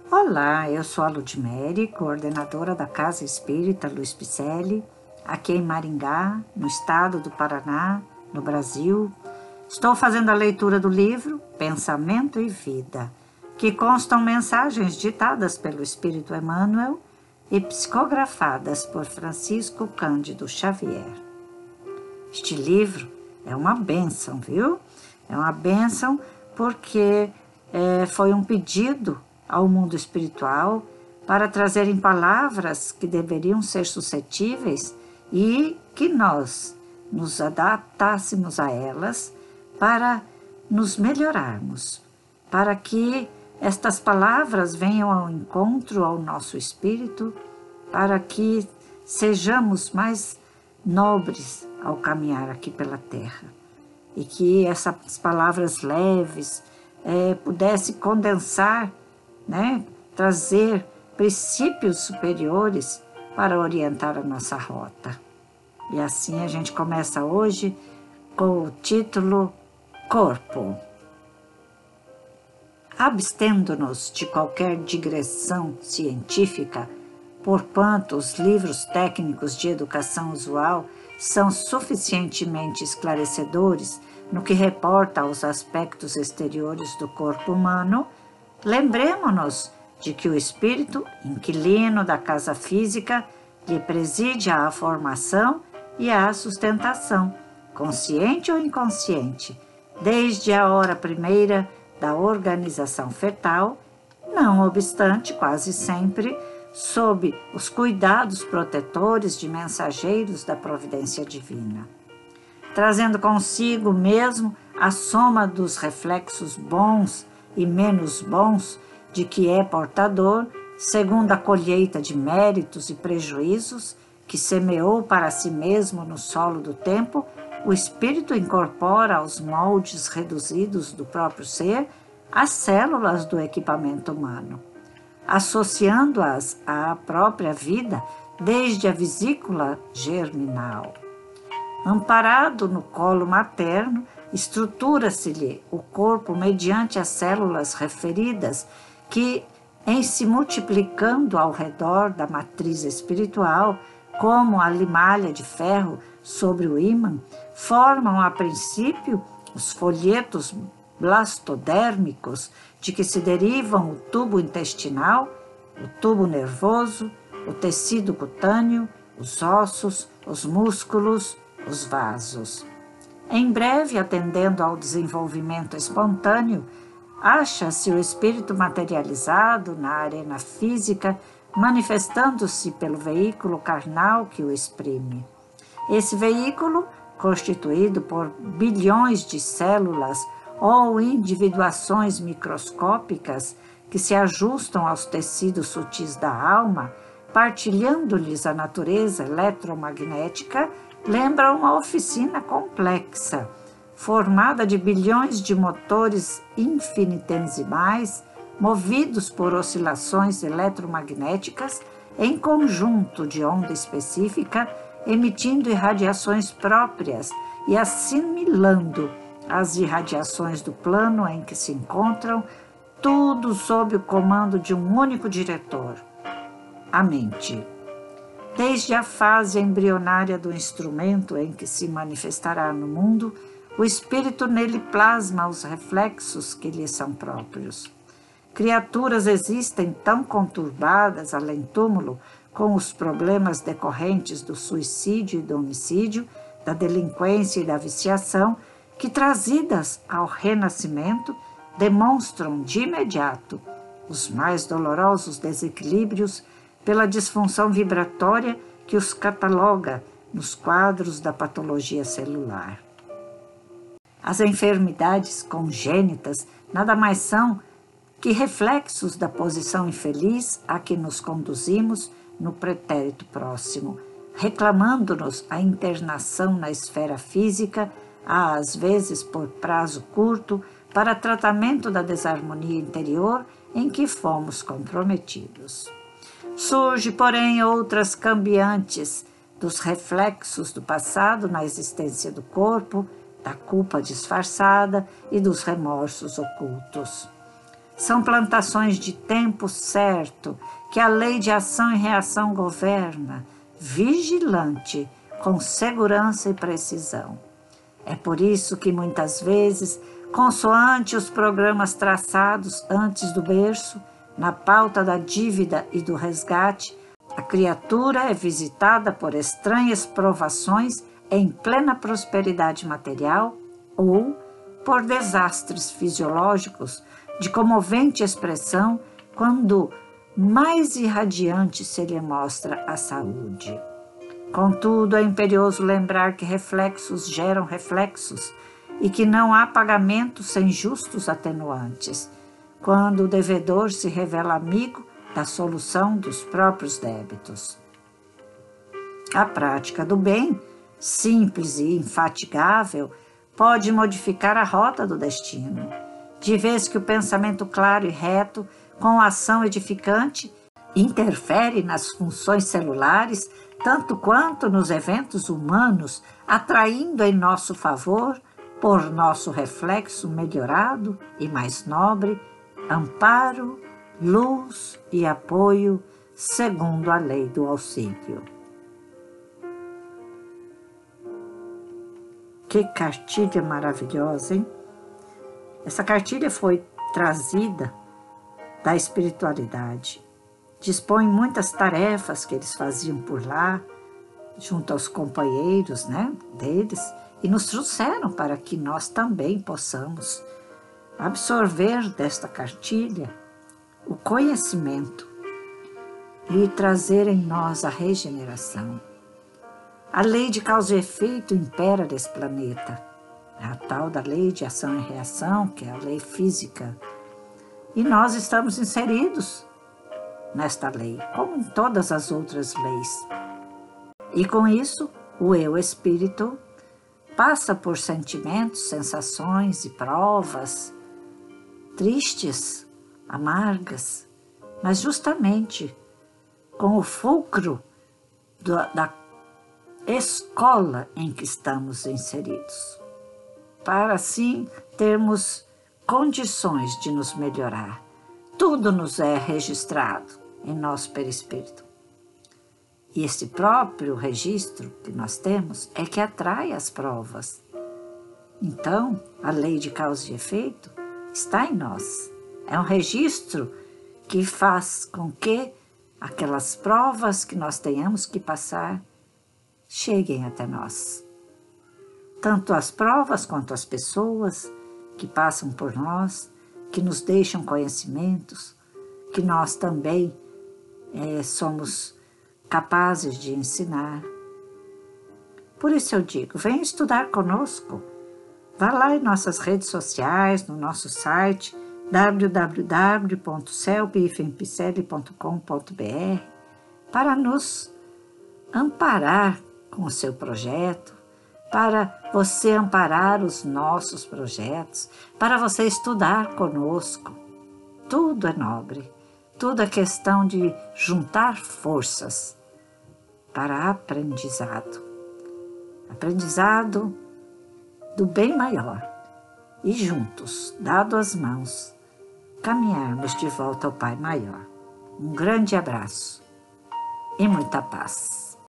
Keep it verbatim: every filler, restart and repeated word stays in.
Olá, eu sou a Ludmere, coordenadora da Casa Espírita Luiz Picelli, aqui em Maringá, no estado do Paraná, no Brasil. Estou fazendo a leitura do livro Pensamento e Vida, que constam mensagens ditadas pelo Espírito Emmanuel e psicografadas por Francisco Cândido Xavier. Este livro é uma bênção, viu? É uma bênção porque é, foi um pedido ao mundo espiritual para trazer em palavras que deveriam ser suscetíveis e que nós nos adaptássemos a elas para nos melhorarmos, para que estas palavras venham ao encontro ao nosso espírito, para que sejamos mais nobres ao caminhar aqui pela terra e que essas palavras leves é, pudesse condensar, né, trazer princípios superiores para orientar a nossa rota. E assim a gente começa hoje com o título Corpo. Abstendo-nos de qualquer digressão científica, porquanto os livros técnicos de educação usual são suficientemente esclarecedores no que reporta aos aspectos exteriores do corpo humano, lembremo-nos de que o espírito, inquilino da casa física, lhe preside à formação e à sustentação, consciente ou inconsciente, desde a hora primeira da organização fetal, não obstante, quase sempre, sob os cuidados protetores de mensageiros da providência divina, trazendo consigo mesmo a soma dos reflexos bons e menos bons de que é portador, segundo a colheita de méritos e prejuízos que semeou para si mesmo no solo do tempo, o espírito incorpora aos moldes reduzidos do próprio ser as células do equipamento humano, associando-as à própria vida desde a vesícula germinal. Amparado no colo materno, estrutura-se-lhe o corpo mediante as células referidas que, em se multiplicando ao redor da matriz espiritual, como a limalha de ferro sobre o ímã, formam a princípio os folhetos blastodérmicos de que se derivam o tubo intestinal, o tubo nervoso, o tecido cutâneo, os ossos, os músculos, os vasos. Em breve, atendendo ao desenvolvimento espontâneo, acha-se o espírito materializado na arena física, manifestando-se pelo veículo carnal que o exprime. Esse veículo, constituído por bilhões de células ou individuações microscópicas que se ajustam aos tecidos sutis da alma, partilhando-lhes a natureza eletromagnética, lembra uma oficina complexa, formada de bilhões de motores infinitesimais, movidos por oscilações eletromagnéticas em conjunto de onda específica, emitindo irradiações próprias e assimilando as irradiações do plano em que se encontram, tudo sob o comando de um único diretor, a mente. Desde a fase embrionária do instrumento em que se manifestará no mundo, o espírito nele plasma os reflexos que lhe são próprios. Criaturas existem tão conturbadas, além túmulo, com os problemas decorrentes do suicídio e do homicídio, da delinquência e da viciação, que, trazidas ao renascimento, demonstram de imediato os mais dolorosos desequilíbrios pela disfunção vibratória que os cataloga nos quadros da patologia celular. As enfermidades congênitas nada mais são que reflexos da posição infeliz a que nos conduzimos no pretérito próximo, reclamando-nos a internação na esfera física, às vezes por prazo curto, para tratamento da desarmonia interior em que fomos comprometidos. Surge, porém, outras cambiantes dos reflexos do passado na existência do corpo, da culpa disfarçada e dos remorsos ocultos. São plantações de tempo certo, que a lei de ação e reação governa, vigilante, com segurança e precisão. É por isso que muitas vezes, consoante os programas traçados antes do berço, na pauta da dívida e do resgate, a criatura é visitada por estranhas provações em plena prosperidade material ou por desastres fisiológicos de comovente expressão quando mais irradiante se lhe mostra a saúde. Contudo, é imperioso lembrar que reflexos geram reflexos e que não há pagamento sem justos atenuantes, quando o devedor se revela amigo da solução dos próprios débitos. A prática do bem, simples e infatigável, pode modificar a rota do destino, de vez que o pensamento claro e reto, com a ação edificante, interfere nas funções celulares, tanto quanto nos eventos humanos, atraindo em nosso favor, por nosso reflexo melhorado e mais nobre, amparo, luz e apoio, segundo a lei do auxílio. Que cartilha maravilhosa, hein? Essa cartilha foi trazida da espiritualidade. Dispõe muitas tarefas que eles faziam por lá, junto aos companheiros, né, deles, e nos trouxeram para que nós também possamos absorver desta cartilha o conhecimento e trazer em nós a regeneração. A lei de causa e efeito impera nesse planeta, a tal da lei de ação e reação, que é a lei física. E nós estamos inseridos nesta lei, como em todas as outras leis. E com isso, o eu espírito passa por sentimentos, sensações e provas tristes, amargas, mas justamente com o fulcro do, da escola em que estamos inseridos, para assim termos condições de nos melhorar. Tudo nos é registrado em nosso perispírito. E esse próprio registro que nós temos é que atrai as provas. Então, a lei de causa e efeito está em nós. É um registro que faz com que aquelas provas que nós tenhamos que passar cheguem até nós. Tanto as provas quanto as pessoas que passam por nós, que nos deixam conhecimentos, que nós também é, somos capazes de ensinar. Por isso eu digo, venha estudar conosco. Vá lá em nossas redes sociais, no nosso site w w w ponto celbifempicele ponto com ponto b r para nos amparar com o seu projeto, para você amparar os nossos projetos, para você estudar conosco. Tudo é nobre, tudo é questão de juntar forças para aprendizado. Aprendizado do bem maior. E juntos, dado as mãos, caminharmos de volta ao Pai Maior. Um grande abraço e muita paz.